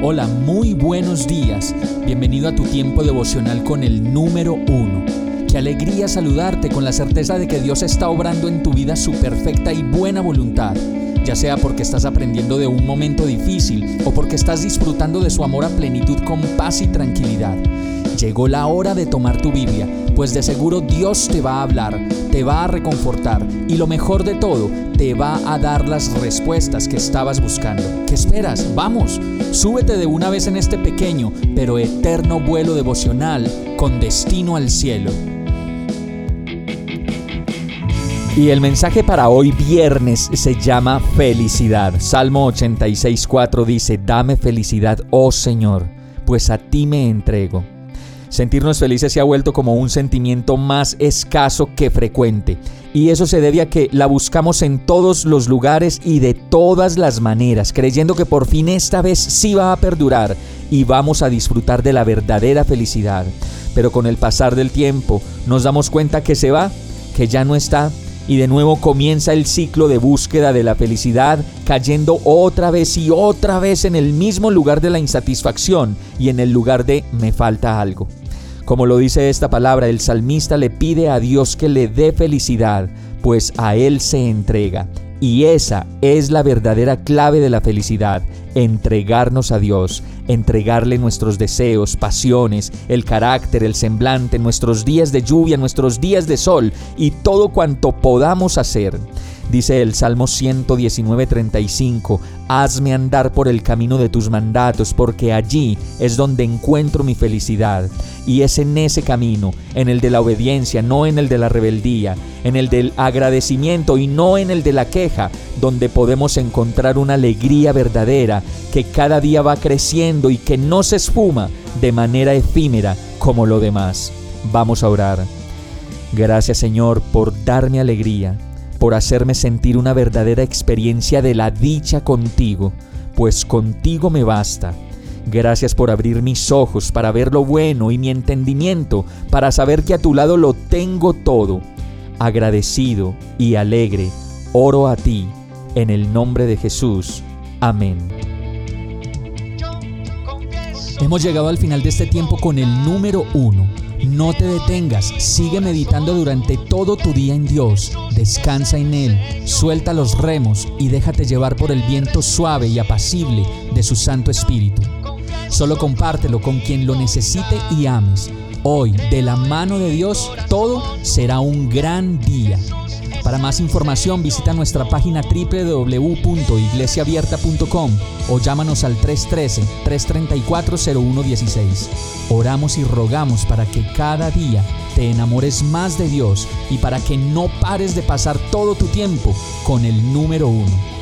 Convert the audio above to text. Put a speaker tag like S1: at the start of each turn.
S1: Hola, muy buenos días. Bienvenido a tu tiempo devocional con el número 1. Qué alegría saludarte con la certeza de que Dios está obrando en tu vida su perfecta y buena voluntad, ya sea porque estás aprendiendo de un momento difícil o porque estás disfrutando de su amor a plenitud con paz y tranquilidad. Llegó la hora de tomar tu Biblia, pues de seguro Dios te va a hablar, te va a reconfortar y lo mejor de todo, te va a dar las respuestas que estabas buscando. ¿Qué esperas? ¡Vamos! Súbete de una vez en este pequeño pero eterno vuelo devocional con destino al cielo. Y el mensaje para hoy viernes se llama felicidad. Salmo 86:4 dice: Dame felicidad, oh Señor, pues a ti me entrego. Sentirnos felices se ha vuelto como un sentimiento más escaso que frecuente. Y eso se debe a que la buscamos en todos los lugares y de todas las maneras, creyendo que por fin esta vez sí va a perdurar y vamos a disfrutar de la verdadera felicidad. Pero con el pasar del tiempo nos damos cuenta que se va, que ya no está, y de nuevo comienza el ciclo de búsqueda de la felicidad, cayendo otra vez y otra vez en el mismo lugar de la insatisfacción y en el lugar de me falta algo. Como lo dice esta palabra, el salmista le pide a Dios que le dé felicidad, pues a Él se entrega. Y esa es la verdadera clave de la felicidad: entregarnos a Dios, entregarle nuestros deseos, pasiones, el carácter, el semblante, nuestros días de lluvia, nuestros días de sol y todo cuanto podamos hacer. Dice el Salmo 119:35, hazme andar por el camino de tus mandatos, porque allí es donde encuentro mi felicidad. Y es en ese camino, en el de la obediencia, no en el de la rebeldía, en el del agradecimiento y no en el de la queja, donde podemos encontrar una alegría verdadera que cada día va creciendo y que no se esfuma de manera efímera como lo demás. Vamos a orar. Gracias, Señor, por darme alegría, por hacerme sentir una verdadera experiencia de la dicha contigo, pues contigo me basta. Gracias por abrir mis ojos para ver lo bueno y mi entendimiento para saber que a tu lado lo tengo todo. Agradecido y alegre, oro a ti, en el nombre de Jesús. Amén. Hemos llegado al final de este tiempo con el número 1. No te detengas, sigue meditando durante todo tu día en Dios, descansa en Él, suelta los remos y déjate llevar por el viento suave y apacible de su Santo Espíritu. Solo compártelo con quien lo necesite y ames. Hoy, de la mano de Dios, todo será un gran día. Para más información visita nuestra página www.iglesiaabierta.com o llámanos al 313-334-0116. Oramos y rogamos para que cada día te enamores más de Dios y para que no pares de pasar todo tu tiempo con el número 1.